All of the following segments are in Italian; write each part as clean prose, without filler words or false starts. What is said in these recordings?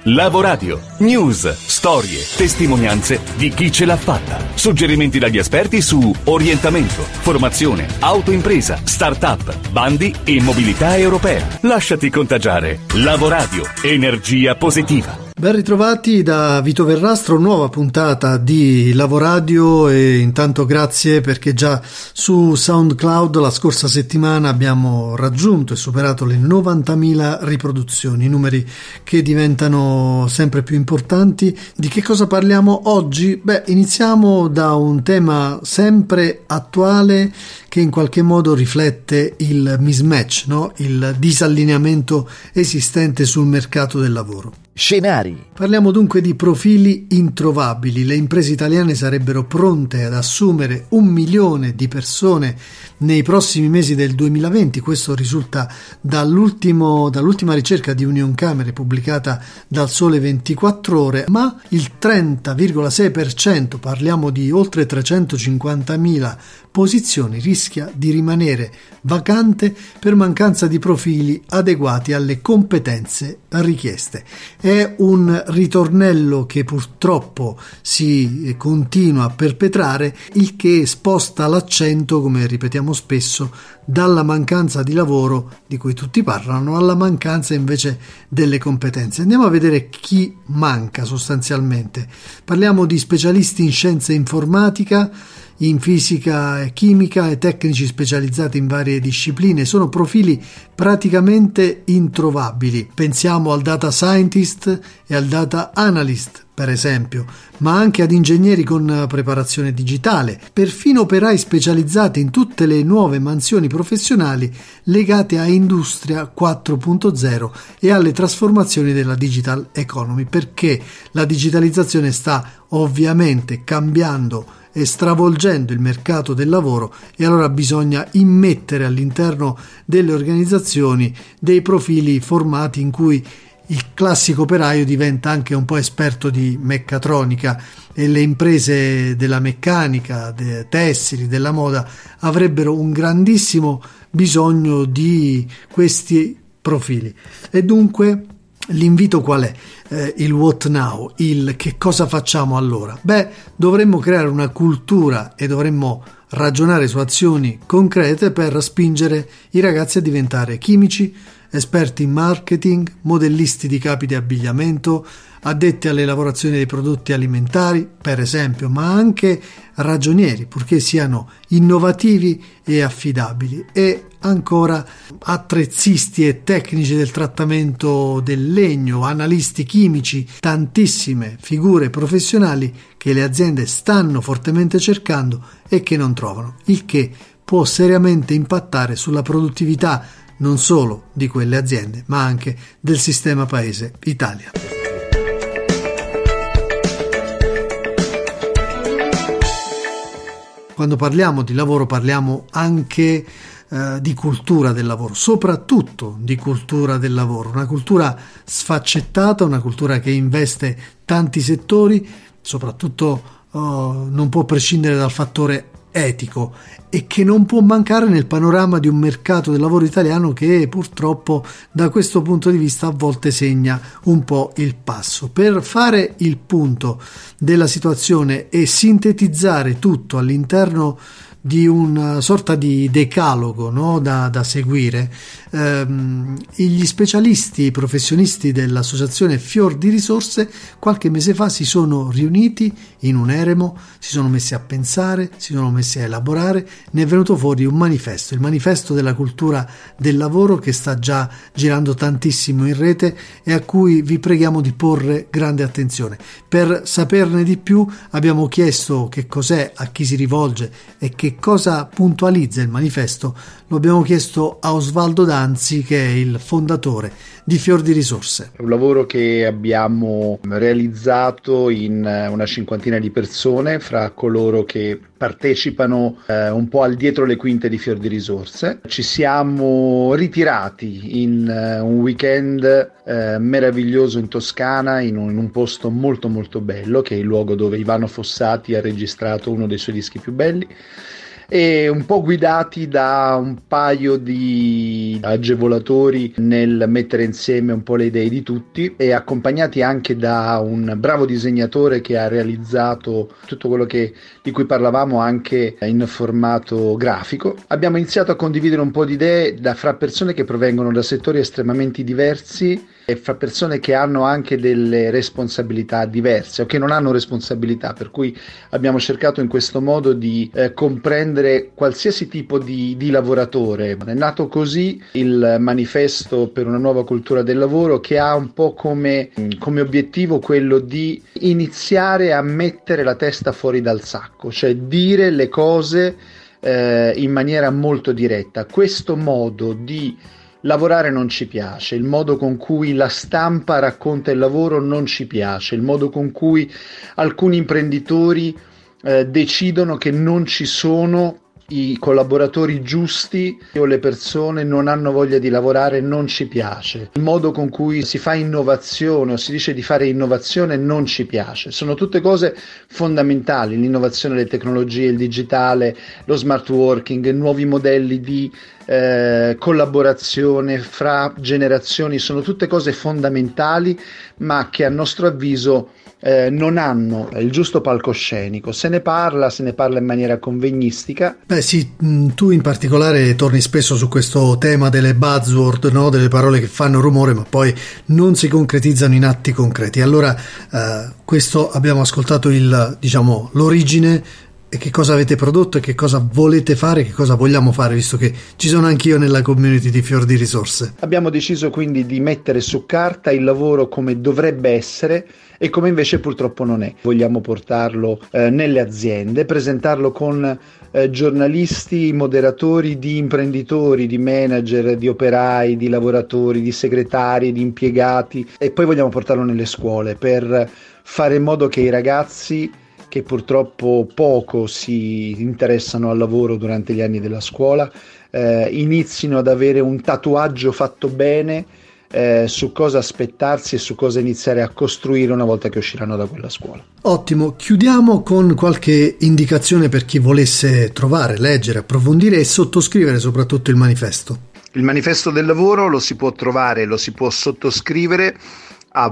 Lavoradio. News, storie, testimonianze di chi ce l'ha fatta. Suggerimenti dagli esperti su orientamento, formazione, autoimpresa, start-up, bandi e mobilità europea. Lasciati contagiare. Lavoradio. Energia positiva. Ben ritrovati da Vito Verrastro, nuova puntata di Lavoradio, e intanto grazie perché già su SoundCloud la scorsa settimana abbiamo raggiunto e superato le 90.000 riproduzioni, numeri che diventano sempre più importanti. Di che cosa parliamo oggi? Iniziamo da un tema sempre attuale che in qualche modo riflette il mismatch, no? Il disallineamento esistente sul mercato del lavoro. Scenari. Parliamo dunque di profili introvabili. Le imprese italiane sarebbero pronte ad assumere 1 milione di persone nei prossimi mesi del 2020. Questo risulta dall'ultima ricerca di Unioncamere pubblicata dal Sole 24 Ore, ma il 30,6%, parliamo di oltre 350.000 posizioni, rischia di rimanere vacante per mancanza di profili adeguati alle competenze richieste. È un ritornello che purtroppo si continua a perpetrare, il che sposta l'accento, come ripetiamo spesso, dalla mancanza di lavoro di cui tutti parlano alla mancanza invece delle competenze. Andiamo a vedere chi manca sostanzialmente. Parliamo di specialisti in scienze informatica, in fisica e chimica e tecnici specializzati in varie discipline. Sono profili praticamente introvabili. Pensiamo al data scientist e al data analyst, per esempio, ma anche ad ingegneri con preparazione digitale, perfino operai specializzati in tutte le nuove mansioni professionali legate a Industria 4.0 e alle trasformazioni della digital economy, perché la digitalizzazione sta ovviamente cambiando e stravolgendo il mercato del lavoro, e allora bisogna immettere all'interno delle organizzazioni dei profili formati in cui il classico operaio diventa anche un po' esperto di meccatronica, e le imprese della meccanica, dei tessili, della moda avrebbero un grandissimo bisogno di questi profili. E dunque l'invito qual è? Il what now, il che cosa facciamo allora? Dovremmo creare una cultura e dovremmo ragionare su azioni concrete per spingere i ragazzi a diventare chimici, esperti in marketing, modellisti di capi di abbigliamento, addetti alle lavorazioni dei prodotti alimentari, per esempio, ma anche ragionieri, purché siano innovativi e affidabili, e ancora attrezzisti e tecnici del trattamento del legno, analisti chimici, tantissime figure professionali che le aziende stanno fortemente cercando e che non trovano, il che può seriamente impattare sulla produttività non solo di quelle aziende, ma anche del sistema paese Italia. Quando parliamo di lavoro parliamo anche di cultura del lavoro, soprattutto di cultura del lavoro, una cultura sfaccettata, una cultura che investe tanti settori, soprattutto non può prescindere dal fattore etico, e che non può mancare nel panorama di un mercato del lavoro italiano che purtroppo da questo punto di vista a volte segna un po' il passo. Per fare il punto della situazione e sintetizzare tutto all'interno di una sorta di decalogo, no? da seguire, gli specialisti, i professionisti dell'associazione Fior di Risorse qualche mese fa si sono riuniti in un eremo, si sono messi a pensare, si sono messi a elaborare, ne è venuto fuori un manifesto, il manifesto della cultura del lavoro, che sta già girando tantissimo in rete e a cui vi preghiamo di porre grande attenzione. Per saperne di più abbiamo chiesto che cos'è, a chi si rivolge e che cosa puntualizza il manifesto. Lo abbiamo chiesto a Osvaldo Danzi, che è il fondatore di Fior di Risorse. È un lavoro che abbiamo realizzato in una cinquantina di persone, fra coloro che partecipano un po' al dietro le quinte di Fior di Risorse. Ci siamo ritirati in un weekend meraviglioso in Toscana, in un posto molto molto bello, che è il luogo dove Ivano Fossati ha registrato uno dei suoi dischi più belli. e un po' guidati da un paio di agevolatori nel mettere insieme un po' le idee di tutti e accompagnati anche da un bravo disegnatore che ha realizzato tutto quello di cui parlavamo anche in formato grafico. Abbiamo iniziato a condividere un po' di idee fra persone che provengono da settori estremamente diversi e fra persone che hanno anche delle responsabilità diverse o che non hanno responsabilità, per cui abbiamo cercato in questo modo di comprendere qualsiasi tipo di lavoratore. È nato così il manifesto per una nuova cultura del lavoro, che ha un po' come obiettivo quello di iniziare a mettere la testa fuori dal sacco, cioè dire le cose in maniera molto diretta. Questo modo di lavorare non ci piace, il modo con cui la stampa racconta il lavoro non ci piace, il modo con cui alcuni imprenditori decidono che non ci sono i collaboratori giusti o le persone non hanno voglia di lavorare non ci piace, il modo con cui si fa innovazione o si dice di fare innovazione non ci piace. Sono tutte cose fondamentali: l'innovazione, le tecnologie, il digitale, lo smart working, nuovi modelli di collaborazione fra generazioni, sono tutte cose fondamentali, ma che a nostro avviso non hanno il giusto palcoscenico. Se ne parla in maniera convegnistica. Beh sì, tu in particolare torni spesso su questo tema delle buzzword, no? Delle parole che fanno rumore ma poi non si concretizzano in atti concreti. Allora questo abbiamo ascoltato l'origine e che cosa avete prodotto e che cosa volete fare, che cosa vogliamo fare, visto che ci sono anch'io nella community di Fior di Risorse. Abbiamo deciso quindi di mettere su carta il lavoro come dovrebbe essere e come invece purtroppo non è. Vogliamo portarlo nelle aziende, presentarlo con giornalisti, moderatori, di imprenditori, di manager, di operai, di lavoratori, di segretari, di impiegati, e poi vogliamo portarlo nelle scuole per fare in modo che i ragazzi, che purtroppo poco si interessano al lavoro durante gli anni della scuola, inizino ad avere un tatuaggio fatto bene su cosa aspettarsi e su cosa iniziare a costruire una volta che usciranno da quella scuola. Ottimo, chiudiamo con qualche indicazione per chi volesse trovare, leggere, approfondire e sottoscrivere soprattutto il manifesto. Il manifesto del lavoro lo si può trovare, lo si può sottoscrivere a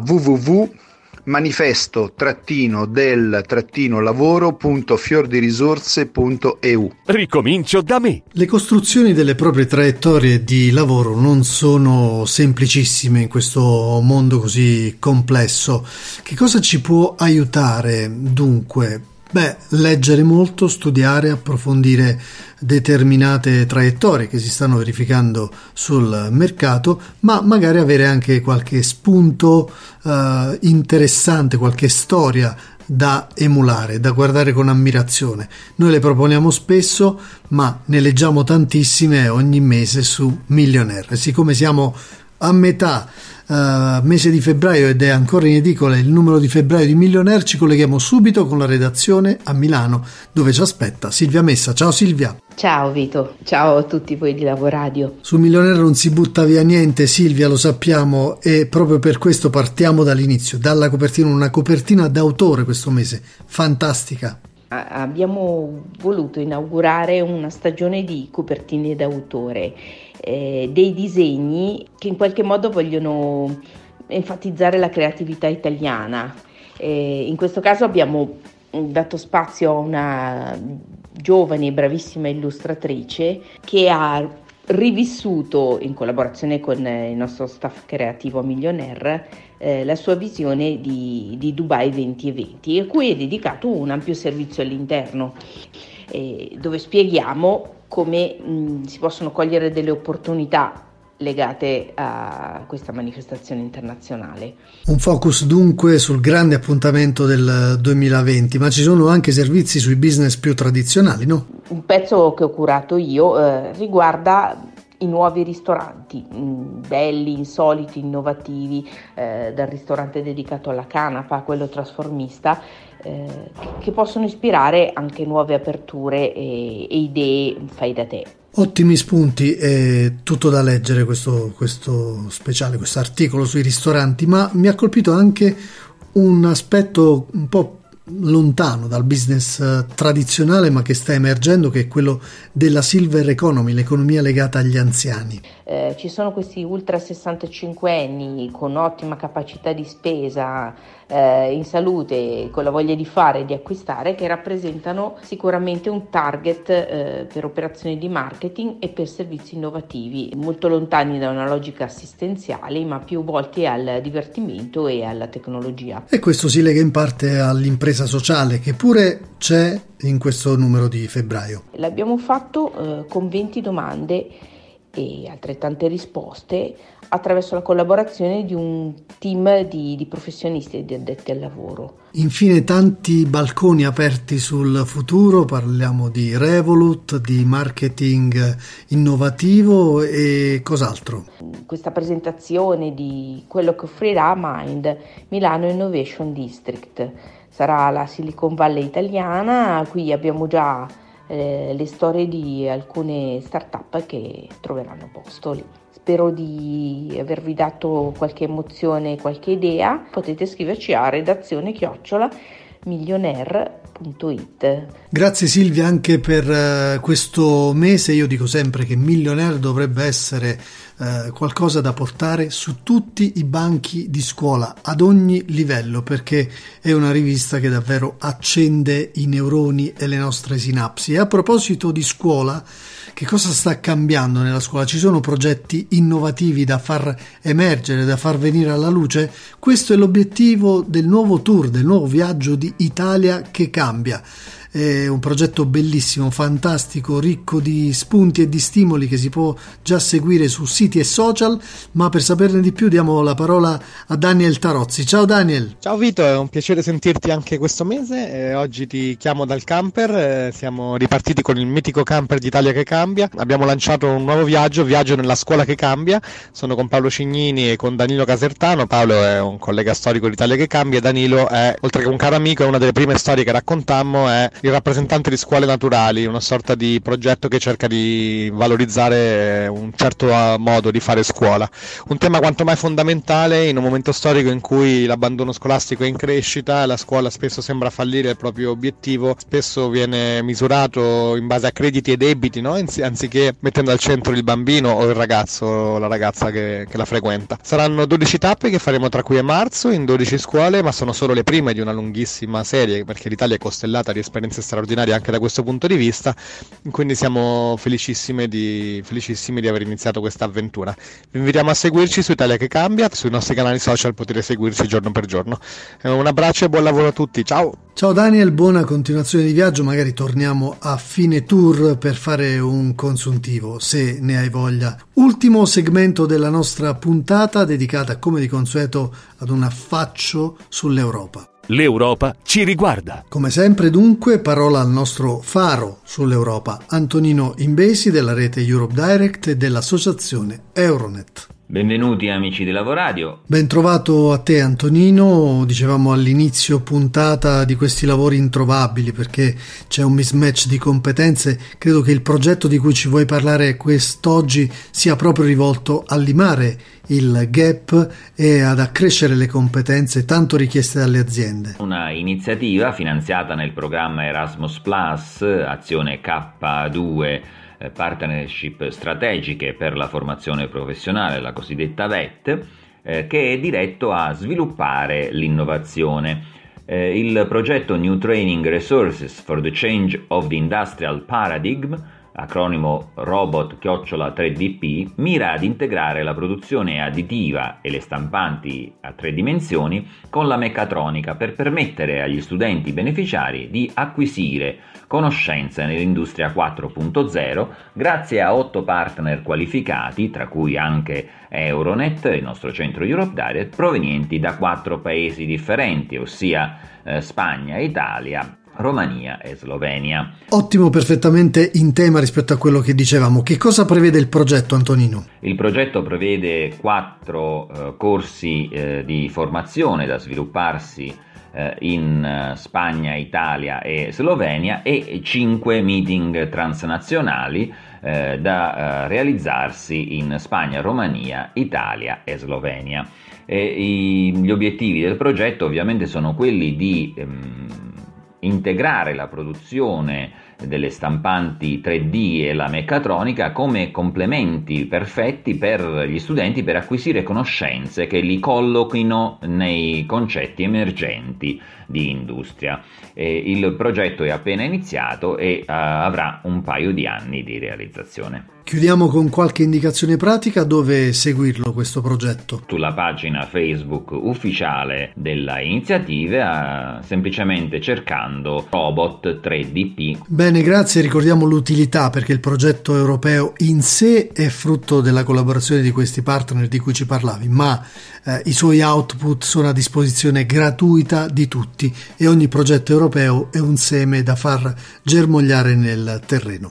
www.manifesto-del-lavoro.fiordirisorse.eu. Ricomincio da me. Le costruzioni delle proprie traiettorie di lavoro non sono semplicissime in questo mondo così complesso. Che cosa ci può aiutare dunque? Leggere molto, studiare, approfondire determinate traiettorie che si stanno verificando sul mercato, ma magari avere anche qualche spunto interessante, qualche storia da emulare, da guardare con ammirazione. Noi le proponiamo spesso, ma ne leggiamo tantissime ogni mese su Millionaire. Siccome siamo a metà mese di febbraio ed è ancora in edicola il numero di febbraio di Millionaire, ci colleghiamo subito con la redazione a Milano, dove ci aspetta Silvia Messa. Ciao Silvia. Ciao Vito, ciao a tutti voi di Lavoradio. Su Millionaire non si butta via niente, Silvia, lo sappiamo, e proprio per questo partiamo dall'inizio, dalla copertina, una copertina d'autore questo mese, fantastica. Abbiamo voluto inaugurare una stagione di copertine d'autore, dei disegni che in qualche modo vogliono enfatizzare la creatività italiana. In questo caso abbiamo dato spazio a una giovane e bravissima illustratrice che ha rivissuto, in collaborazione con il nostro staff creativo a Millionaire, la sua visione di Dubai 2020, a cui è dedicato un ampio servizio all'interno, dove spieghiamo come si possono cogliere delle opportunità legate a questa manifestazione internazionale. Un focus dunque sul grande appuntamento del 2020, ma ci sono anche servizi sui business più tradizionali, no? Un pezzo che ho curato io riguarda i nuovi ristoranti, belli, insoliti, innovativi, dal ristorante dedicato alla canapa a quello trasformista, che possono ispirare anche nuove aperture e idee fai da te. Ottimi spunti, è tutto da leggere questo speciale, questo articolo sui ristoranti, ma mi ha colpito anche un aspetto un po' lontano dal business tradizionale, ma che sta emergendo, che è quello della silver economy, l'economia legata agli anziani. Ci sono questi ultra 65enni con ottima capacità di spesa, in salute, con la voglia di fare e di acquistare, che rappresentano sicuramente un target per operazioni di marketing e per servizi innovativi, molto lontani da una logica assistenziale, ma più volti al divertimento e alla tecnologia. E questo si lega in parte all'impresa sociale, che pure c'è in questo numero di febbraio. L'abbiamo fatto con 20 domande e altrettante risposte attraverso la collaborazione di un team di professionisti e di addetti al lavoro. Infine tanti balconi aperti sul futuro, parliamo di Revolut, di marketing innovativo e cos'altro. Questa presentazione di quello che offrirà Mind Milano Innovation District sarà la Silicon Valley italiana. Qui abbiamo già le storie di alcune start-up che troveranno posto lì. Spero di avervi dato qualche emozione, qualche idea. Potete scriverci a redazione@millionaire.it. Grazie Silvia anche per questo mese. Io dico sempre che Millionaire dovrebbe essere qualcosa da portare su tutti i banchi di scuola ad ogni livello, perché è una rivista che davvero accende i neuroni e le nostre sinapsi. E a proposito di scuola, che cosa sta cambiando nella scuola? Ci sono progetti innovativi da far emergere, da far venire alla luce? Questo è l'obiettivo del nuovo tour, del nuovo viaggio di Italia che cambia. È un progetto bellissimo, fantastico, ricco di spunti e di stimoli che si può già seguire su siti e social, ma per saperne di più diamo la parola a Daniel Tarozzi. Ciao Daniel. Ciao Vito, è un piacere sentirti anche questo mese. Oggi ti chiamo dal camper, siamo ripartiti con il mitico camper d'Italia che cambia. Abbiamo lanciato un nuovo viaggio nella scuola che cambia. Sono con Paolo Cignini e con Danilo Casertano. Paolo è un collega storico d'Italia che cambia, Danilo è, oltre che un caro amico, è una delle prime storie che raccontammo, è il rappresentante di Scuole Naturali, una sorta di progetto che cerca di valorizzare un certo modo di fare scuola, un tema quanto mai fondamentale in un momento storico in cui l'abbandono scolastico è in crescita, la scuola spesso sembra fallire il proprio obiettivo, spesso viene misurato in base a crediti e debiti, no? Anziché mettendo al centro il bambino o il ragazzo o la ragazza che la frequenta. Saranno 12 tappe che faremo tra qui e marzo in 12 scuole, ma sono solo le prime di una lunghissima serie, perché l'Italia è costellata di esperienze straordinarie anche da questo punto di vista, quindi siamo felicissimi di aver iniziato questa avventura. Vi invitiamo a seguirci su Italia che cambia, sui nostri canali social potete seguirci giorno per giorno. Un abbraccio e buon lavoro a tutti, ciao! Ciao Daniel, buona continuazione di viaggio, magari torniamo a fine tour per fare un consuntivo, se ne hai voglia. Ultimo segmento della nostra puntata dedicata come di consueto ad un affaccio sull'Europa. L'Europa ci riguarda. Come sempre dunque, parola al nostro faro sull'Europa, Antonino Imbesi della rete Europe Direct e dell'associazione Euronet. Benvenuti amici di Lavoradio. Ben trovato a te Antonino. Dicevamo all'inizio puntata di questi lavori introvabili perché c'è un mismatch di competenze. Credo che il progetto di cui ci vuoi parlare quest'oggi sia proprio rivolto a limare il gap e ad accrescere le competenze tanto richieste dalle aziende. Una iniziativa finanziata nel programma Erasmus Plus, azione K2, partnership strategiche per la formazione professionale, la cosiddetta VET, che è diretto a sviluppare l'innovazione. Il progetto New Training Resources for the Change of the Industrial Paradigm, acronimo robot-3DP, mira ad integrare la produzione additiva e le stampanti a 3 dimensioni con la meccatronica per permettere agli studenti beneficiari di acquisire conoscenze nell'industria 4.0 grazie a 8 partner qualificati, tra cui anche Euronet, il nostro centro Europe Direct, provenienti da 4 paesi differenti, ossia Spagna, Italia, Romania e Slovenia. Ottimo, perfettamente in tema rispetto a quello che dicevamo. Che cosa prevede il progetto, Antonino? Il progetto prevede 4 corsi di formazione da svilupparsi in Spagna, Italia e Slovenia e 5 meeting transnazionali da realizzarsi in Spagna, Romania, Italia e Slovenia. Gli obiettivi del progetto ovviamente sono quelli di integrare la produzione delle stampanti 3D e la meccatronica come complementi perfetti per gli studenti per acquisire conoscenze che li collochino nei concetti emergenti di industria. Il progetto è appena iniziato e avrà un paio di anni di realizzazione. Chiudiamo con qualche indicazione pratica: dove seguirlo questo progetto? Sulla pagina Facebook ufficiale della iniziativa, semplicemente cercando Robot 3DP. Bene, grazie. Ricordiamo l'utilità, perché il progetto europeo in sé è frutto della collaborazione di questi partner di cui ci parlavi, ma i suoi output sono a disposizione gratuita di tutti e ogni progetto europeo è un seme da far germogliare nel terreno.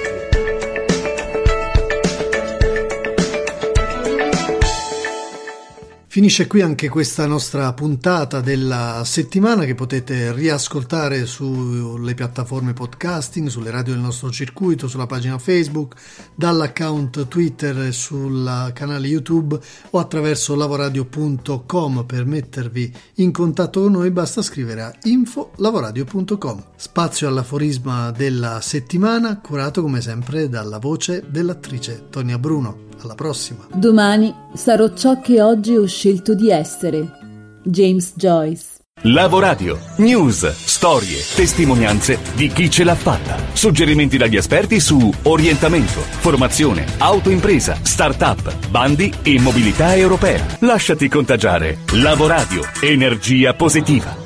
Finisce qui anche questa nostra puntata della settimana, che potete riascoltare sulle piattaforme podcasting, sulle radio del nostro circuito, sulla pagina Facebook, dall'account Twitter e sul canale YouTube o attraverso lavoradio.com. Per mettervi in contatto con noi basta scrivere a info@lavoradio.com. Spazio all'aforisma della settimana, curato come sempre dalla voce dell'attrice Tonia Bruno. Alla prossima. Domani sarò ciò che oggi ho scelto di essere. James Joyce. Lavoradio. News, storie, testimonianze di chi ce l'ha fatta. Suggerimenti dagli esperti su orientamento, formazione, autoimpresa, start-up, bandi e mobilità europea. Lasciati contagiare. Lavoradio. Energia positiva.